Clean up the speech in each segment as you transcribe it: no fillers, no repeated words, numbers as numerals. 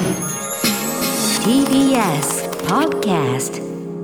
TBS Podcast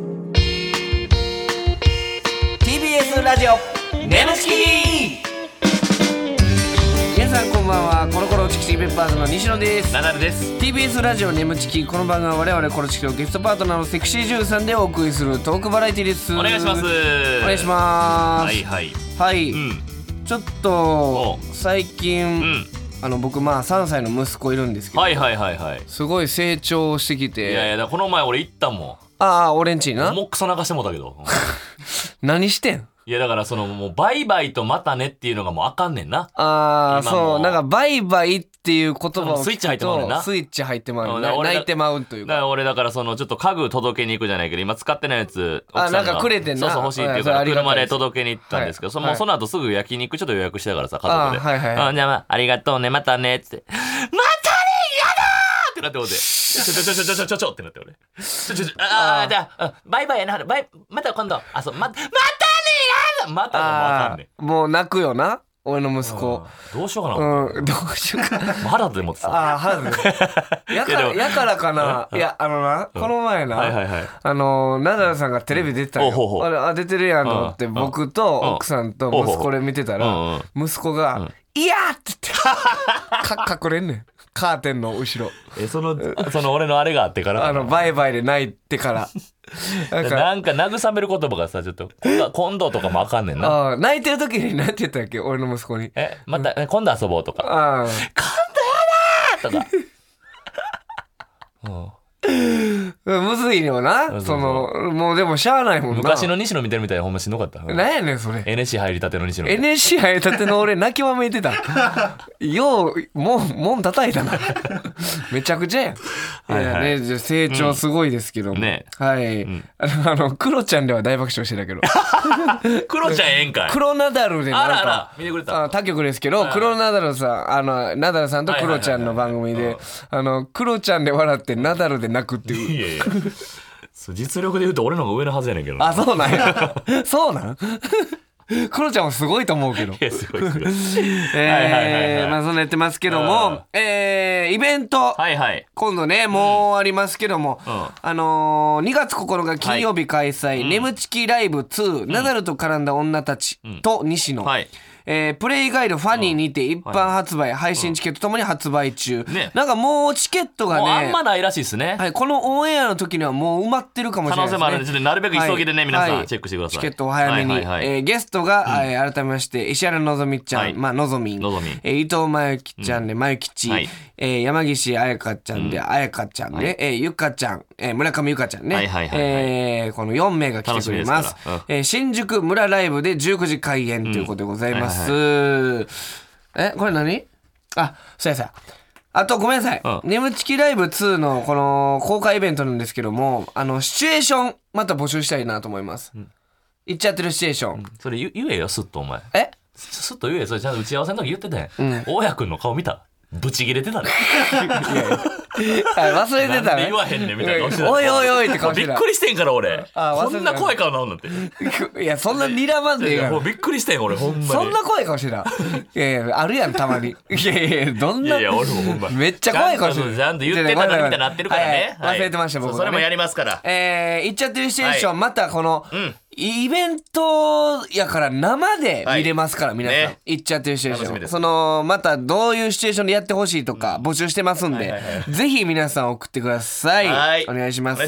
TBS ラジオネムチキ。皆さんこんばんは。コロコロチキチキペッパーズの西野です。 ナダルです。 TBS ラジオネムチキ。この番組は我々コロチキとゲストパートナーのセクシージュンさんでお送りするトークバラエティです。 お願いします。 お願いします。 はいはい。 はい、 うん。 ちょっと最う近、 ん。 僕3歳の息子いるんですけど、 はいはいはいはい。 すごい成長してきて。 いやいや、だからこの前俺行ったもああ、俺んちにな。 ん。もうクソ流してもうたけど。 何してん。 いやだからもうバイバイとまたねっていうのがもうあかんねんな。 ああ、 今もそう、なんかバイバイっていう言葉をスイッチ入ってまうねんな。 スイッチ入ってまうねんな。 うんだから俺泣いてまうというか。 だから俺だからちょっと家具届けに行くじゃないけど、今使ってないやつ奥さんがなんかくれてんな。 そうそう欲しいっていうから車で届けに行ったんですけど、 はいもうその後すぐ焼肉ちょっと予約してたからさ、家族で。 はいはいはい。 じゃあまあありがとうね、またねっつって。またね、やだーってなって俺で。ちょってなって俺。じゃあバイバイやな、また今度。そうまたね、やだ、またもわかんねん。もう泣くよな。俺の息子。 どうしようかな。 どうしようかな。 腹でもってさ。 腹で。やからかな。いやこの前な、ナダルさんがテレビ出てたよ。出てるやんと思って僕と奥さんと息子で見てたら、息子がいやーって言って隠れんねん。カーテンの後ろ。 その俺のあれがあってからバイバイで泣いてからなんか慰める言葉がさ、ちょっと今度とかもあかんねんな。 泣いてる時に何て言ったっけ、俺の息子に。 また今度遊ぼうとか。今度やだーとか。 むずいよな。もうでもしゃあないもんな。 昔の西野見てるみたいでほんましんどかった。 なんやねんそれ。 NSC 入りたての西野。 NSC 入りたての俺泣きわめいてた。ようもん叩いたな。めちゃくちゃやん。いやね、成長すごいですけども、はい、クロちゃんでは大爆笑してたけど。 クロちゃんええんかい。 クロナダルでなんか見てくれた。 他局ですけど、クロナダルさん、ナダルさんとクロちゃんの番組でクロちゃんで笑ってナダルで泣くっていう。 いやいや実力で言うと俺の方が上のはずやねんけど。 そうなんや。そうなん。クロちゃんもすごいと思うけど。 すごいすごい。 そんなやってますけども、イベント、今度ねもうありますけども、2月9日金曜日開催、ネムチキライブ2、ナダルと絡んだ女たちと西野、プレイガイドファニーにて一般発売、配信チケットともに発売中、なんかもうチケットがねもうあんまないらしいですね。 このオンエアの時にはもう埋まってるかもしれないですね。 可能性もあるんで、ちょっとなるべく急ぎでね、皆さんチェックしてください。 チケットお早めに。ゲストが改めまして石原のぞみちゃん、のぞみん、伊藤真由紀ちゃんでまゆきち、山岸彩香ちゃんで彩香ちゃんね、ゆかちゃん、村上ゆかちゃんね、この4名が来てくれます。新宿村ライブで19時開演ということでございます。これ何？そうやさ。あとごめんなさい、ネムチキライブ2のこの公開イベントなんですけども、シチュエーションまた募集したいなと思います。言っちゃってるシチュエーション。 それ言えよ、すっとお前。すっと言えよ。それちゃんと打ち合わせの時言ってたやん。大家君の顔見た？ブチ切れてたね。 忘れてたね。 なんで言わへんねんみたいな顔してた。 おいおいおいって顔してた。 びっくりしてんから俺。こんな怖い顔なのって。 いやそんな睨まんでええやん。 びっくりしてん俺ほんまに。 そんな怖い顔してた。いやあるやんたまに。いやどんな。 いや俺もほんま。 めっちゃ怖い顔してる。 ちゃんと言ってたのにみたいになってるからね。 忘れてました僕。 それもやりますから。 言っちゃってるシチュエーションまたこの。イベントやから生で見れますから、皆さん言っちゃってるシチュエーション、またどういうシチュエーションでやってほしいとか募集してますんで、ぜひ皆さん送ってください。お願いします。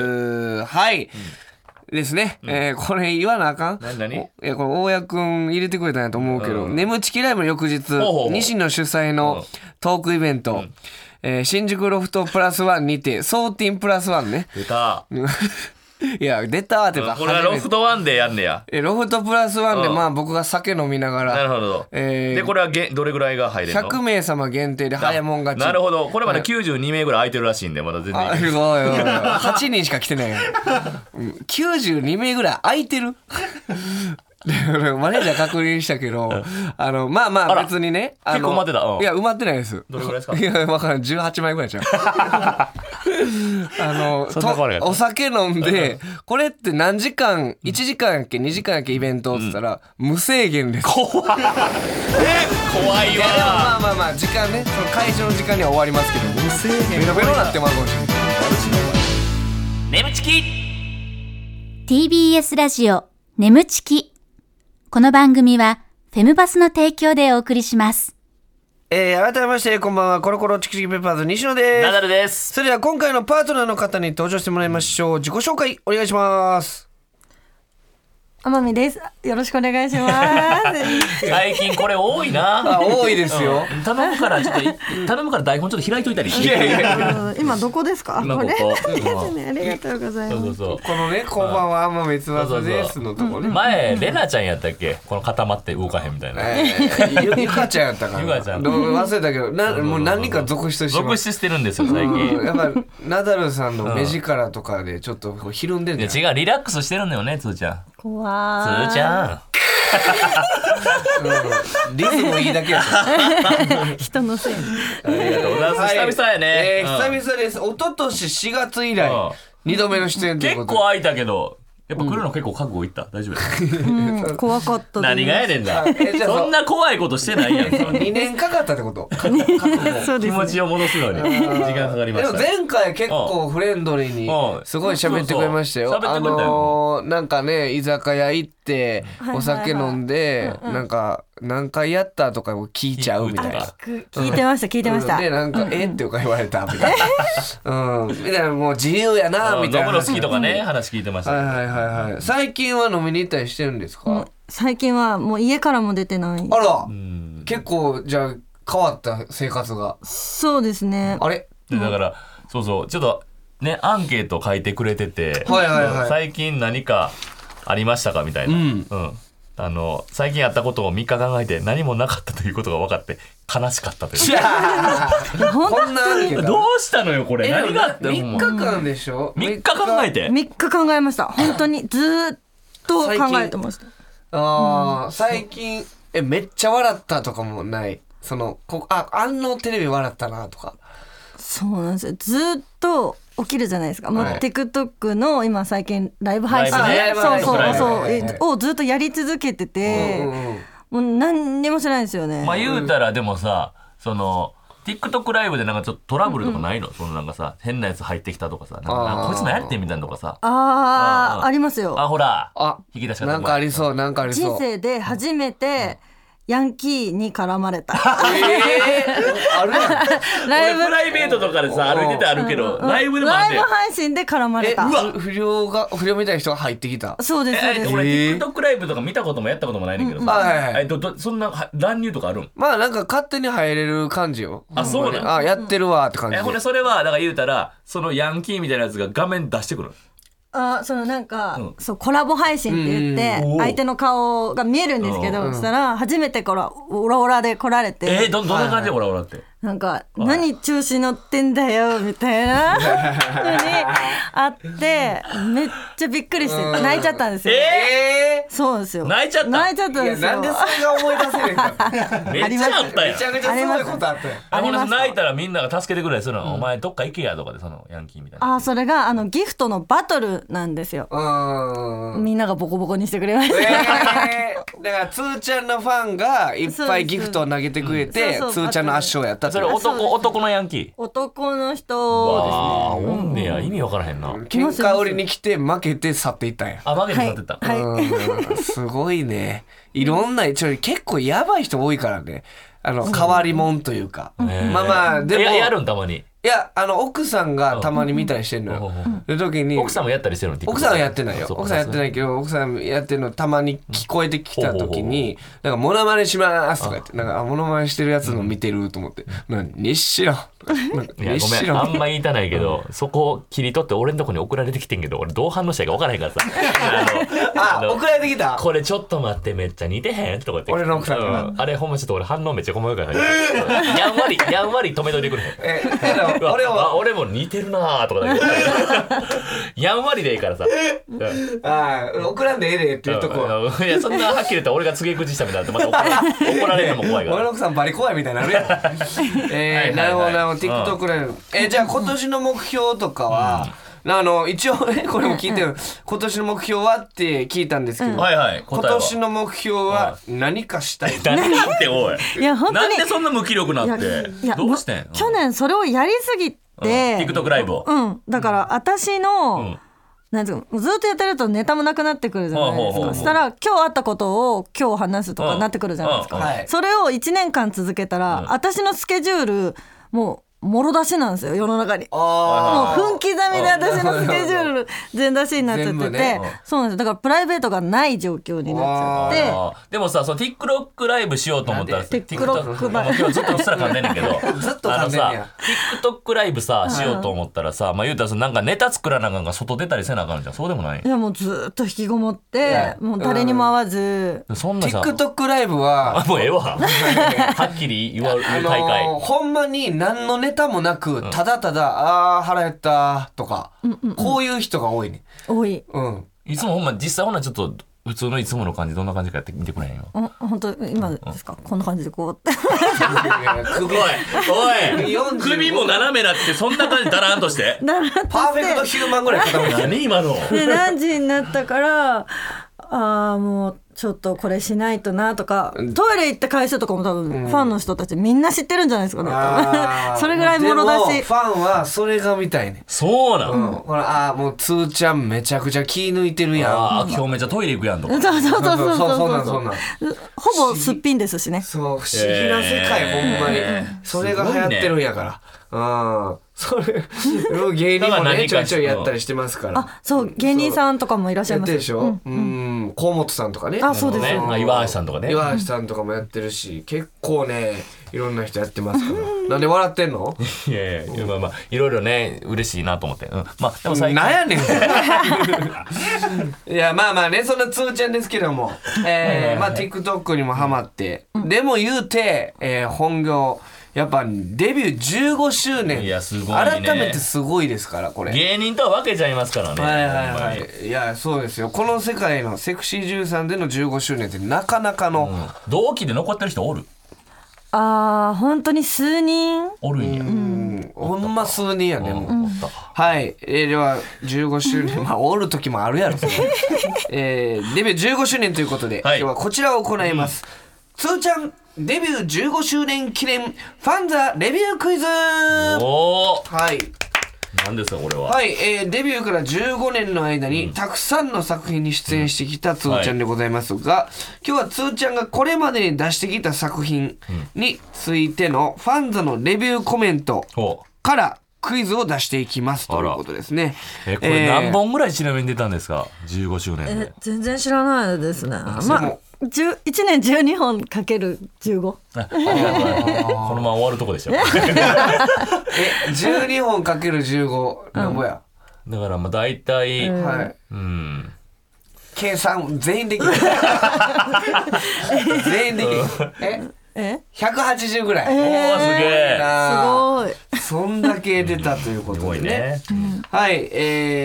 ですね、これ言わなあかん。これ大家くん入れてくれたんやと思うけど、ネムチキライブの翌日西野主催のトークイベント、新宿ロフトプラスワンにてソーティンプラスワンね。 出た。 いや出たってか、 これはロフト1でやんねや。 ロフトプラス1でまあ僕が酒飲みながら。 なるほど。でこれはどれぐらいが入れるの ？100名様限定で早もん勝ち。 なるほど。これまで92名ぐらい空いてるらしいんでまだ全然いける。 8人しか来てないやん。92名ぐらい空いてる。 マネージャー確認したけど、まあまあ別にね、 結構埋まってた。 いや埋まってないです。 どれぐらいですか？ いや分からん、18枚ぐらいじゃん。お酒飲んで、これって何時間、1時間やっけ2時間やっけイベントって言ったら、無制限です。 怖い。怖いわ。 まあまあまあ時間ね、その会場の時間には終わりますけど、無制限ベロベロなってまうかもしれない。 眠ちき TBS ラジオ眠ちき。この番組はフェムバスの提供でお送りします。 改めましてこんばんは、コロコロチキチキペッパーズ西野です。 ナダルです。 それでは今回のパートナーの方に登場してもらいましょう。自己紹介お願いします。 天海です。よろしくお願いします。 最近これ多いな。 多いですよ。 頼むから台本ちょっと開いといたり。 いやいや今どこですか？ 今ここ。 ありがとうございます。 そうこのね、こんばんは天海翼ですのとこね。 前レナちゃんやったっけ？この固まって動かへんみたいな。 ゆかちゃんやったから。 ゆかちゃん。 忘れたけど、もう何人か続出してます。 続出してるんですよ最近。 やっぱナダルさんの目力とかでちょっとひるんでるんじゃない？ 違う、リラックスしてるんだよね、つーちゃん。 怖い。つーちゃん。 リズムいいだけや人のせい。 ありがとうございます。久々やね。 久々です。一昨年4月以来2度目の出演ということで。 結構空いたけど。やっぱ来るの結構覚悟いった。大丈夫です。 怖かった。 何がやねんだ。そんな怖いことしてないやん。 2年かかったってこと？ 気持ちを戻すのに時間かかりました。 でも前回結構フレンドリーにすごい喋ってくれましたよ。なんかね、居酒屋行ってお酒飲んで、なんか何回やったとかを聞いちゃうみたいな。 聞いてました。 でなんかって言われたみたいな。みたいな、もう自由やなみたいな。 飲むの好きとかね、話聞いてました。 はい。最近は飲みに行ったりしてるんですか？ 最近はもう家からも出てない。 あら、結構じゃあ変わった生活が。 そうですね。 あれだからそうちょっとねアンケート書いてくれてて、最近何かありましたかみたいな。最近やったことを3日考えて何もなかったということが分かって悲しかったという。 こんなアンケートどうしたのよこれ。何があって 3日間でしょ。 3日考えて 3日考えました。本当にずっと考えてました。 最近めっちゃ笑ったとかもない？あのテレビ笑ったなとか。 そうなんですよ。ずっと起きるじゃないですか。もう TikTok の今最近ライブ配信をずっとやり続けてて、もう何にもしないんですよね。 まあ言うたらでもさ、TikTok ライブでなんかちょっとトラブルとかないの？そのなんかさ、変なやつ入ってきたとかさ、なんかこいつ何やってんみたいなとかさ。 ありますよ。 ほら、引き出し方なんかありそう。 人生で初めてヤンキーに絡まれた。 あるやん。 俺プライベートとかでさ歩いててあるけど、ライブでもあって。 ライブ配信で絡まれた。 不良みたいな人が入ってきた。 そうです。 俺 TikTok ライブとか見たこともやったこともないねんけどさ。そんな乱入とかあるん？ まあなんか勝手に入れる感じよ。 そうなの？ やってるわって感じ。 それはだから言うたらそのヤンキーみたいなやつが画面出してくる。 なんか、コラボ配信って言って相手の顔が見えるんですけど、そしたら初めてオラオラで来られて、 どんな感じでオラオラって？ なんか何調子乗ってんだよみたいなのにあってめっちゃびっくりして泣いちゃったんですよ。そうですよ。 泣いちゃったいんですよ。 やなんでそれが思い出せるんか。 めっちゃあったやん。 めちゃめちゃすごいことあったやん。 泣いたらみんなが助けてくれるするの。お前どっか行けやとかでそのヤンキーみたいな。 それがギフトのバトルなんですよ。みんながボコボコにしてくれました。 だからつーちゃんのファンがいっぱいギフトを投げてくれて、つーちゃんの圧勝やったって。 それ男のヤンキー？ 男の人ですね。 おんねや。意味わからへんな。 喧嘩売りに来て負けて去っていったんや。 負けて去ってった。 すごいね。いろんな結構やばい人多いからね。変わり者というか。まあでもやるんたまに。 いや奥さんがたまに見たりしてんのよ。で時に奥さんもやったりしてるの？ 奥さんはやってないよ。奥さんやってないけど、奥さんやってるのたまに聞こえてきた時に、なんかモノマネしますとか言って、なんかモノマネしてるやつの見てると思って、日白。 いやごめん、あんま言いたないけど、そこを切り取って俺のとこに送られてきてんけど、俺どう反応したらいいか分からへんからさ。 送られてきた。 これちょっと待って、めっちゃ似てへんとか言って。 俺の奥さんが。 あれほんまちょっと俺反応めっちゃ細かいから。やんわり止めといてくれへん。 俺も似てるなとかだけどやんわりでいいからさ送らんでええでっていうとこいやそんなはっきり言ったら俺が告げ口したみたいなってまた怒られるのも怖いから俺の奥さんバリ怖いみたいになるやんなるほどなるほど TikTok ライブじゃあ今年の目標とかは一応ねこれも聞いてる今年の目標はって聞いたんですけど、 はいはい、 今年の目標は何かしたい何っておいいや本当になんでそんな無気力なってどうしてん去年それをやりすぎて、 TikTok ライブをだから私の、なんていうのずっとやってるとネタもなくなってくるじゃないですか。そしたら今日あったことを今日話すとかなってくるじゃないですか。それを1年間続けたら、私のスケジュールもうもろ出しなんですよ世の中に。もう分刻みで私のスケジュール全出しになっちゃってて、ね、そうなんです。だからプライベートがない状況になっちゃって。 でもさその TikTok ライブしようと思ったら TikTok 今日ずっとうっすら噛んでんねんけどずっと噛んでんねや。 TikTok ライブさしようと思ったらさ、まあ言うたらなんかネタ作らなあかんが外出たりせなあかんじゃん。そうでもない。 いやもうずっと引きこもってもう誰にも会わず。 そんなさ TikTok ライブはもうええわはっきり言う大会ほんまに何のネタもなくただただ腹減ったとかこういう人が多いね。 多い。 いつもほんま実際ほんなちょっと普通のいつもの感じどんな感じかやってみてくれへんよ。 本当今ですかこんな感じでこう首おい首も斜めなってそんな感じだらんとしてパーフェクトヒューマンぐらい傾いて何今ので何時になったからもうちょっとこれしないとなとかトイレ行った回数とかも多分ファンの人たちみんな知ってるんじゃないですかねそれぐらいもろ出し。 でもファンはそれが見たいね。 そうなの、 ほらもうつーちゃんめちゃくちゃ気抜いてるやん。 今日めちゃトイレ行くやんとか。 そうそんなんほぼすっぴんですしね。 そう不思議な世界、ほんまにそれが流行ってるんやから。それ芸人もねちょいちょいやったりしてますから。 そう芸人さんとかもいらっしゃいます。 やってるでしょ。河本さんとかね。 そうですね。 岩橋さんとかね。 岩橋さんとかもやってるし結構ねいろんな人やってますから。なんで笑ってんの？ いやまあいろいろね嬉しいなと思って。まあでも最近なんやねん。いやまあねそんなつーちゃんですけども、まあ TikTok にもハマって、でも言うて本業やっぱデビュー15周年。 いやすごいね。 改めてすごいですからこれ。 芸人とは分けちゃいますからね。 はいいやそうですよ。この世界のセクシー13での15周年ってなかなかの、 同期で残ってる人おる？ 本当に数人おるんや。 ほんま数人やね。はい、では15周年おる時もあるやろそれ。デビュー15周年ということで、今日はこちらを行います。つーちゃんデビュー15周年記念ファンザレビュークイズ。はい何ですかこれは。 はい、デビューから15年の間にたくさんの作品に出演してきたつーちゃんでございますが、今日はつーちゃんがこれまでに出してきた作品についてのファンザのレビューコメントからクイズを出していきますということですね。 これ何本ぐらいちなみに出たんですか15周年で。 全然知らないですね。1年12本かける15。 このまま終わるとこでしょ。 12本かける15なんぼや。 だからまあ大体、 計算全員できる。全員できる。180ぐらい。 すげえ。 すごい。 そんだけ出たということでね。はい、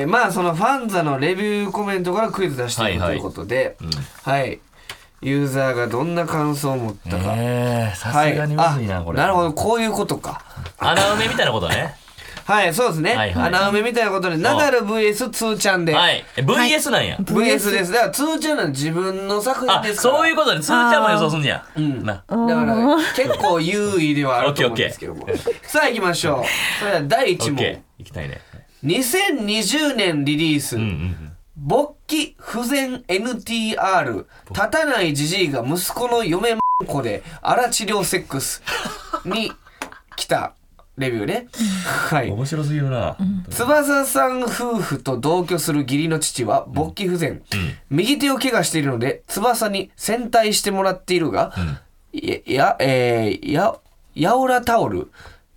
まあそのファンザのレビューコメントからクイズ出していくということで、はい。ユーザーがどんな感想を持ったか。 さすがにむずいなこれ。 なるほどこういうことか。 穴埋めみたいなことね。 はいそうですね。穴埋めみたいなことでナダル VS つーちゃんで。 VS なんや。 VS です。だからつーちゃんは自分の作品ですから。 そういうことでつーちゃんも予想すんねや。 だから結構優位ではあると思うんですけども。さあ行きましょう。それでは第1問。 行きたいね。 2020年リリース。勃起不全 NTR 立たないジジイが息子の嫁子で荒治療セックスに来たレビューね。はい。 面白すぎるな。 翼さん夫婦と同居する義理の父は勃起不全、右手を怪我しているので翼に洗体してもらっているが、ヤオラタオル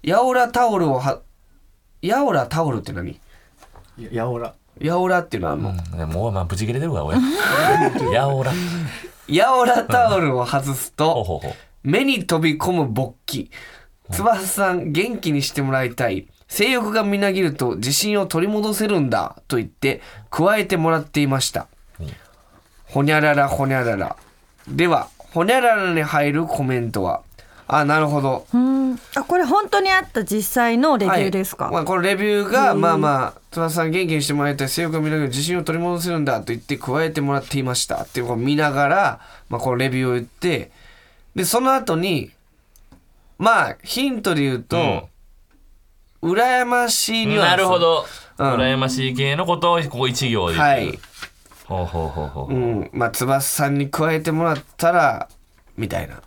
って何？ ヤオラっていうのはもうまあブチ切れてるわ俺。ヤオラタオルを外すと目に飛び込む勃起。翼さん元気にしてもらいたい。 性欲がみなぎると自信を取り戻せるんだと言って加えてもらっていました。ほにゃららほにゃらら。ではほにゃららに入るコメントは。なるほど。 これ本当にあった実際のレビューですか？ はい、このレビューが翼さん元気にしてもらいたい、性欲が見ながら自信を取り戻せるんだと言って加えてもらっていましたっていうのを見ながら、このレビューを言って、でその後にヒントで言うと、羨ましいニュアンス。 なるほど、羨ましい系のことをここ一行で言う。はい。ほう。 翼さんに加えてもらったらみたいな。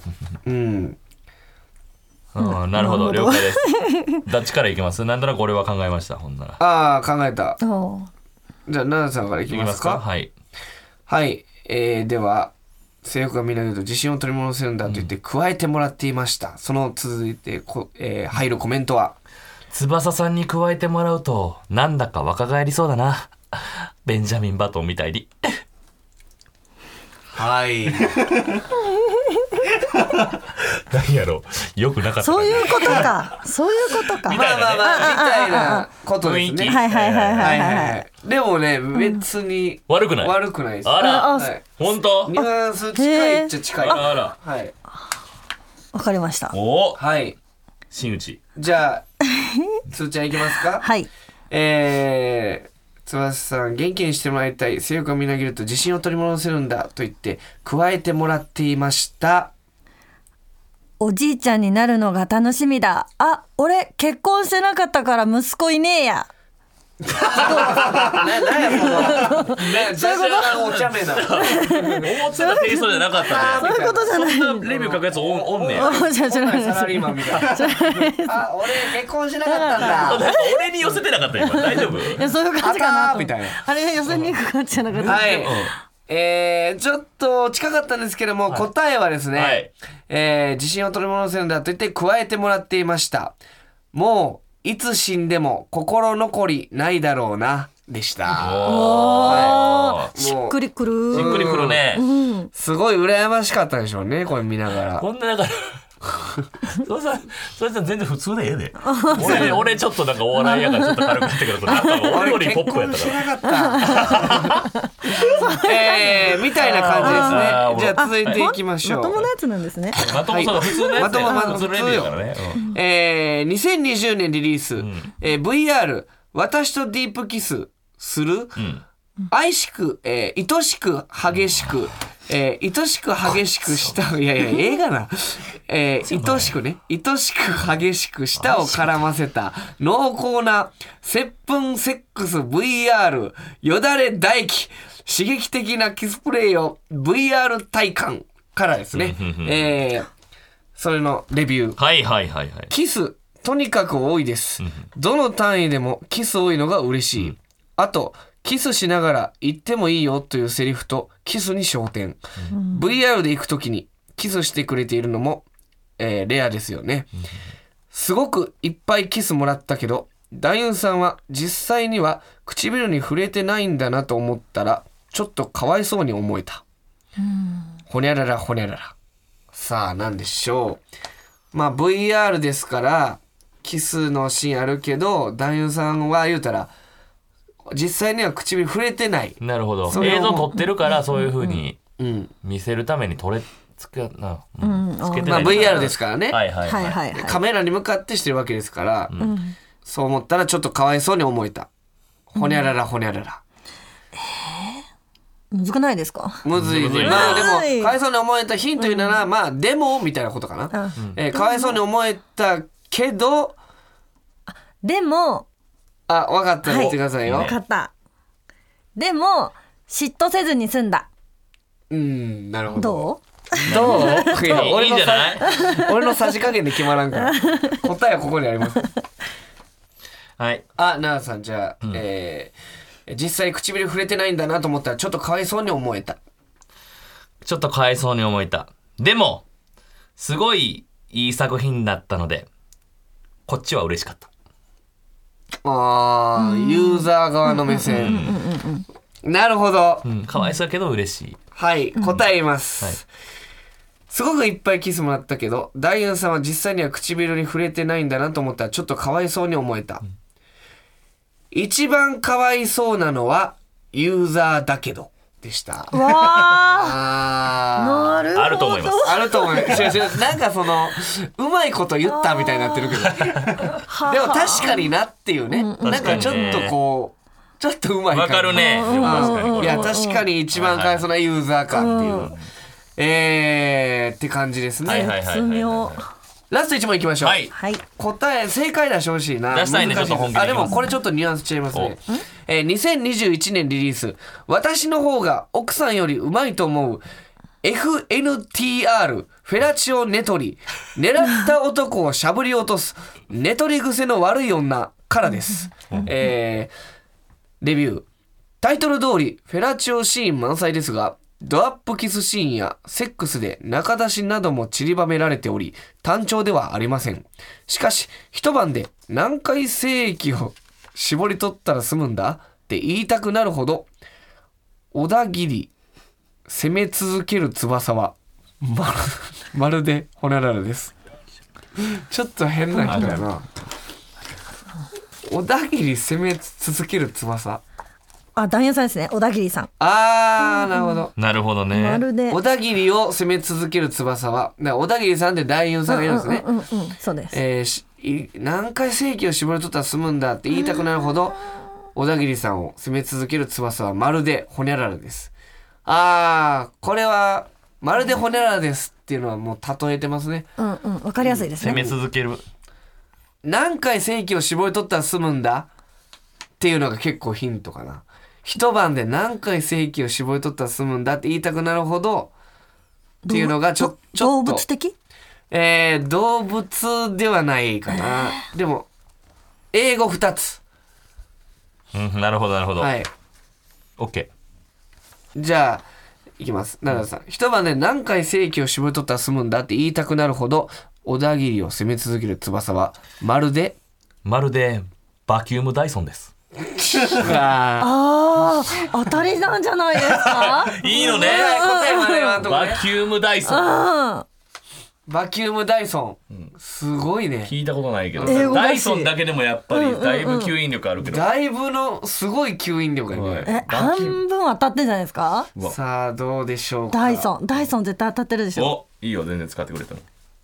なるほど、了解です。どっちからいきます？なんとなく俺は考えました。ほんなら。考えた。じゃあ奈々さんからいきますか。 はい。 はい。では性欲がみなぎると自信を取り戻せるんだと言って加えてもらっていました。その続いて入るコメントは。 翼さんに加えてもらうとなんだか若返りそうだな。ベンジャミン・バトンみたいに。 はい。 何やろう、よくなかった。 そういうことか。そういうことか。 みたいなことですね。はい。でもね、別に悪くないです。 あら、本当？ ニュアンス近いっちゃ近い。 あら、 はい。 わかりました。 はい。 真打ち。 じゃあつーちゃんいきますか。 はい。 翼さん元気にしてもらいたい、性欲がみなぎると自信を取り戻せるんだと言って加えてもらっていました。 おじいちゃんになるのが楽しみだ。俺結婚してなかったから息子いねえや。 なんやこのお茶目な思ってたテイストじゃなかったね。 そういうことじゃない。 そんなレビュー書くやつおんねん。 サラリーマンみたいな。俺結婚しなかったんだ。 俺に寄せてなかった今。大丈夫？ いや、そういう感じかなみたいな。 あれ寄せにくくなっちゃなかった。 はい。ちょっと近かったんですけども、答えはですね、自信を取り戻せるんだと言って加えてもらっていました。もういつ死んでも心残りないだろうなでした。 しっくりくる。 しっくりくるね。 すごい羨ましかったでしょうね、これ見ながら。 こんなだからそれさ全然普通でええで。俺ちょっとなんかお笑いやからちょっと軽くなったけど、なんか俺よりポップやったから。 みたいな感じですね。じゃあ続いていきましょう。 まともなやつなんですね。 まともそうだ、普通のやつね。 普通のやつね。2020年リリース、VR 私とディープキスする、愛しく、愛しく激しく、愛しく激しく舌を、いや映画な、愛しく激しく舌を絡ませた濃厚な接吻セックス VR よだれ唾液刺激的なキスプレイを VR 体感からですね、それのレビュー。キスとにかく多いです。どの単位でもキス多いのが嬉しい。あとキスしながら言ってもいいよというセリフとキスに焦点。VR で行くときにキスしてくれているのも、レアですよね。すごくいっぱいキスもらったけど、男優さんは実際には唇に触れてないんだなと思ったらちょっとかわいそうに思えた。ほにゃららほにゃらら。さあ何でしょう。VR ですからキスのシーンあるけど、男優さんは言うたら実際には唇触れてない。 なるほど。映像撮ってるからそういう風に見せるためにつけてない。 VR ですからね。 カメラに向かってしてるわけですから、そう思ったらちょっとかわいそうに思えた。ほにゃららほにゃらら。 むずくないですか？ むずいね。でもかわいそうに思えたヒント言うなら、でもみたいなことかな。かわいそうに思えたけど、 でも分かったら言ってくださいよ。 分かった。でも嫉妬せずに済んだ。 なるほど。 どう？ いいんじゃない？ 俺のさじ加減で決まらんから。答えはここにあります。 はい。 奈々さん、じゃあ、実際唇触れてないんだなと思ったらちょっとかわいそうに思えた。 ちょっとかわいそうに思えた。でもすごいいい作品だったのでこっちは嬉しかった。 ユーザー側の目線。なるほど。 かわいそうだけど嬉しい。 はい、答えます。 すごくいっぱいキスもらったけど、男優さんは実際には唇に触れてないんだなと思ったらちょっとかわいそうに思えた。一番かわいそうなのはユーザーだけどでした。 わああると思います。 あると思います。なんかそのうまいこと言ったみたいになってるけどでも確かになっていうね、なんかちょっとこうちょっとうまいわかるね。 いや確かに一番かわいそうなユーザーかっていう、って感じですね。ラスト1問いきましょう。答え正解出してほしいな。 出したいね、ちょっと本気で。 あ、でもこれちょっとニュアンス違いますね。2021年リリース、私の方が奥さんよりうまいと思う FNTR フェラチオネトリ、狙った男をしゃぶり落とすネトリ癖の悪い女からです。レビュー。タイトル通りフェラチオシーン満載ですが、ドアップキスシーンやセックスで中出しなども散りばめられており、単調ではありません。しかし一晩で何回精液を絞り取ったら済むんだって言いたくなるほど、小田切攻め続ける翼はまるでホニャララです。ちょっと変な人やな。小田切攻め続ける翼、 あ、男優さんですね、小田切さん。 なるほど。 なるほどね。 まるで小田切を攻め続ける翼は、小田切さんで男優さんがいるんですね。 そうです。 何回精液を絞り取ったら済むんだって言いたくなるほど、小田切さんを攻め続ける翼はまるでホニャララです。これはまるでホニャララですっていうのはもう例えてますね。 わかりやすいですね。 攻め続ける。 何回精液を絞り取ったら済むんだっていうのが結構ヒントかな。一晩で何回精液を絞り取ったら済むんだって言いたくなるほどっていうのがちょっと動物的？ 動物ではないかな。でも英語2つ。 なるほどなるほど。 はい。 OK。 じゃあいきます。奈良さん、一晩で何回精液を絞り取ったら済むんだって言いたくなるほど小田切を攻め続ける翼はまるでバキュームダイソンです。 当たりなんじゃないですか。 いいのね。バキュームダイソン。 バキュームダイソン、すごいね。 聞いたことないけど、ダイソンだけでもやっぱりだいぶ吸引力あるけど、 だいぶのすごい吸引力がね。 半分当たってんじゃないですか。 さあどうでしょうか。 ダイソン絶対当たってるでしょ。 お、いいよ、全然使ってくれても。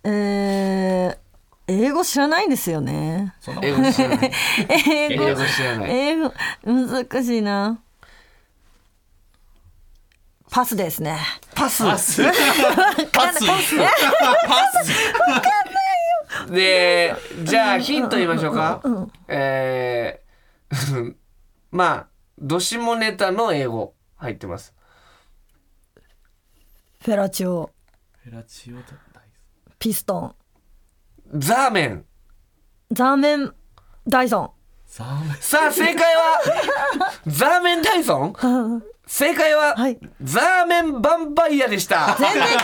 英語知らないんですよね。 英語知らない。 英語難しいな。パスですね。 パスで、じゃあヒント言いましょうか。まあどしもネタの英語入ってます。 フェラチオピストン、 ザーメンダイソン。 さあ正解はザーメンダイソン。正解は、ザーメンバンバイアでした。 全然違う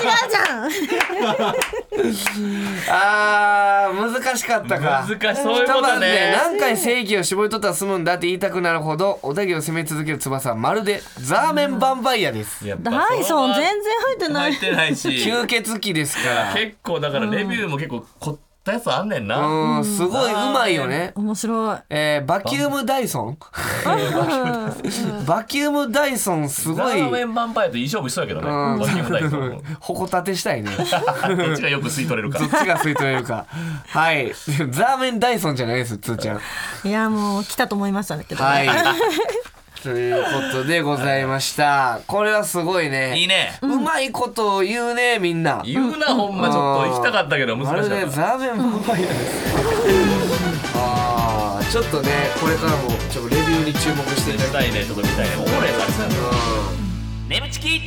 じゃん。 難しかったか。 難しそういうことね。一晩で何回精液を絞り取ったら済むんだって言いたくなるほど小田切を攻め続ける翼はまるでザーメンバンバイアです。 ダイソン全然入ってない。 入ってないし。 吸血鬼ですから。 結構だからレビューも結構凝ったやつあんねんな。 すごいうまいよね。 面白い。 バキュームダイソン。バキュームダイソンすごい。 ザーメンバンバイアといい勝負しそうやけどね。バキュームダイソン。 ほこたてしたいね。 どっちがよく吸い取れるか。 どっちが吸い取れるか。はい。ザーメンダイソンじゃないです、つーちゃん。 いやもう来たと思いましたけど。 はい。ということでございました。これはすごいね。 いいね。 うまいことを言うね、みんな。 言うな、ほんまちょっと行きたかったけど難しかった。 まるでザーメンバンバイアです。ちょっとね、これからもちょっとレビューに注目していただきたいね。 ちょっと見たいね。おもろいやつありそうやな。眠ちき。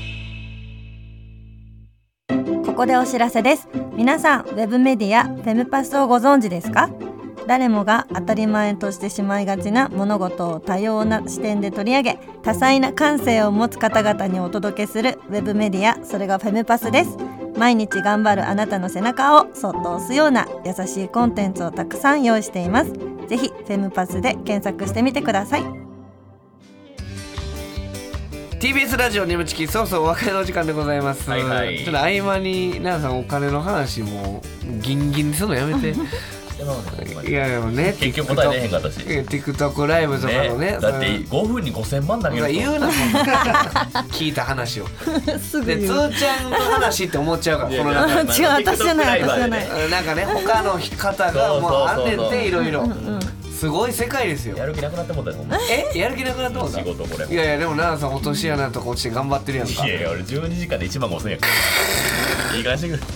ここでお知らせです。皆さんウェブメディアフェムパスをご存知ですか？誰もが当たり前としてしまいがちな物事を多様な視点で取り上げ、多彩な感性を持つ方々にお届けするウェブメディア、それがフェムパスです。毎日頑張るあなたの背中をそっと押すような優しいコンテンツをたくさん用意しています。ぜひフェムパスで検索してみてください。 TBS ラジオ眠ちき、そうそうお別れの時間でございます、はいはい、ちょっと合間に皆さんお金の話もギンギンにするのやめていやでもね結局答え出へんかったし TikTok ライブとかの ねだって5分に5000万投げると言うな聞いた話をすぐでつーちゃんの話って思っちゃうからこの中違う私じゃないなんかね他の方がもうあんねんっていろいろすごい世界ですよ。 やる気なくなってもうたよ。 やる気なくなってもうた。 仕事これ。 いやいやでも奈々さん落とし穴とか落ちて頑張ってるやんか。 いやいや俺12時間で1万5000円やからいい感じぐらい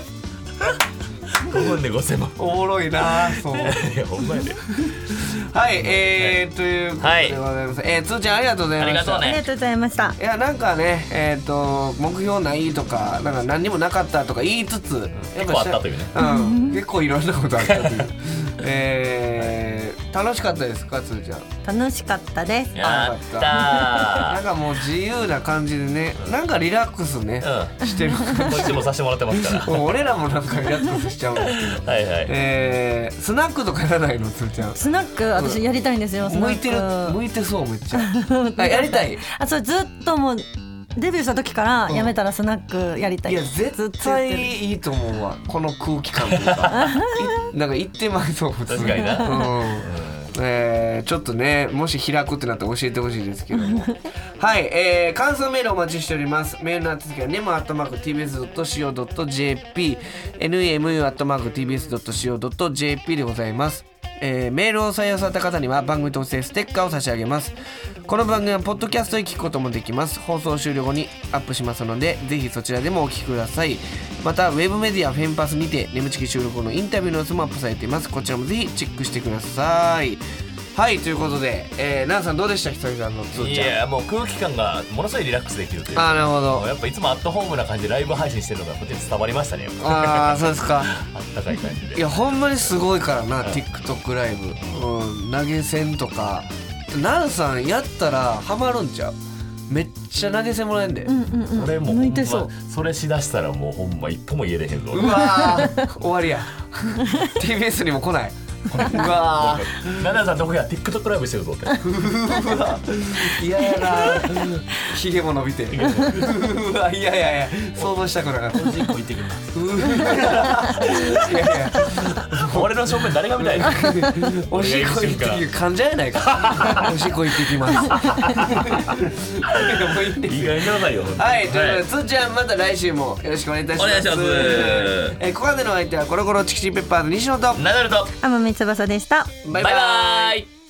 5分で5000万おもろいなそういやほんまやではいということでございます、つーちゃんありがとうございました。 ありがとうございました。 いやなんかね目標ないとかなんか何にもなかったとか言いつつやっぱ結構あったというね結構いろんなことあったという楽しかったですかつーちゃん。 楽しかったです。 やったーなんかもう自由な感じでねなんかリラックスね、してる感じこっちもさせてもらってますから俺らもなんかリラックスしちゃうんですけどはいはい、スナックとかやらないのつーちゃん。 スナック私やりたいんですよ、 向いてそうめっちゃやりたいそれずっともうデビューした時からやめたらスナックやりたい、 いや絶対いいと思うわこの空気感というかなんか行ってまいそう普通に確かにな、 ちょっとねもし開くってなったら教えてほしいですけどもはい、感想メールお待ちしております。メールの宛先は nemu@tbs.co.jp nemu@tbs.co.jp でございます。メールを採用された方には番組特製ステッカーを差し上げます。この番組はポッドキャストで聞くこともできます。放送終了後にアップしますのでぜひそちらでもお聞きください。またウェブメディアフェンパスにて眠ちき収録後のインタビューの様子もアップされています。こちらもぜひチェックしてください。はいということで奈々さんどうでした久々のつーちゃん。 いやもう空気感がものすごいリラックスできるというかなるほどやっぱいつもアットホームな感じでライブ配信してるのがこっちに伝わりましたね。 そうですかあったかい感じで。 いやほんまにすごいからな、TikTok ライブ、投げ銭とか奈々さんやったらハマるんちゃう。めっちゃ投げ銭もらえんで、 俺もほんまそれしだしたらもうほんま一歩も言えれへんぞ。 うわ終わりやTBS にも来ない。うわナナさんどこや TikTok ライブしてるぞって嫌やなひげも伸びてうわいや想像したくなかった。 おしっこ行ってきます。 いや俺の正面誰が見たいのおしっこ行ってきる患者やないかおしっこ行ってきます意外になさいよ。 はいということでつーちゃんまた来週もよろしくお願いいたします。 お願いします。 ここまでのお相手はコロコロチキチキペッパーズ西野とナダルと天海翼でした。 バイバイ。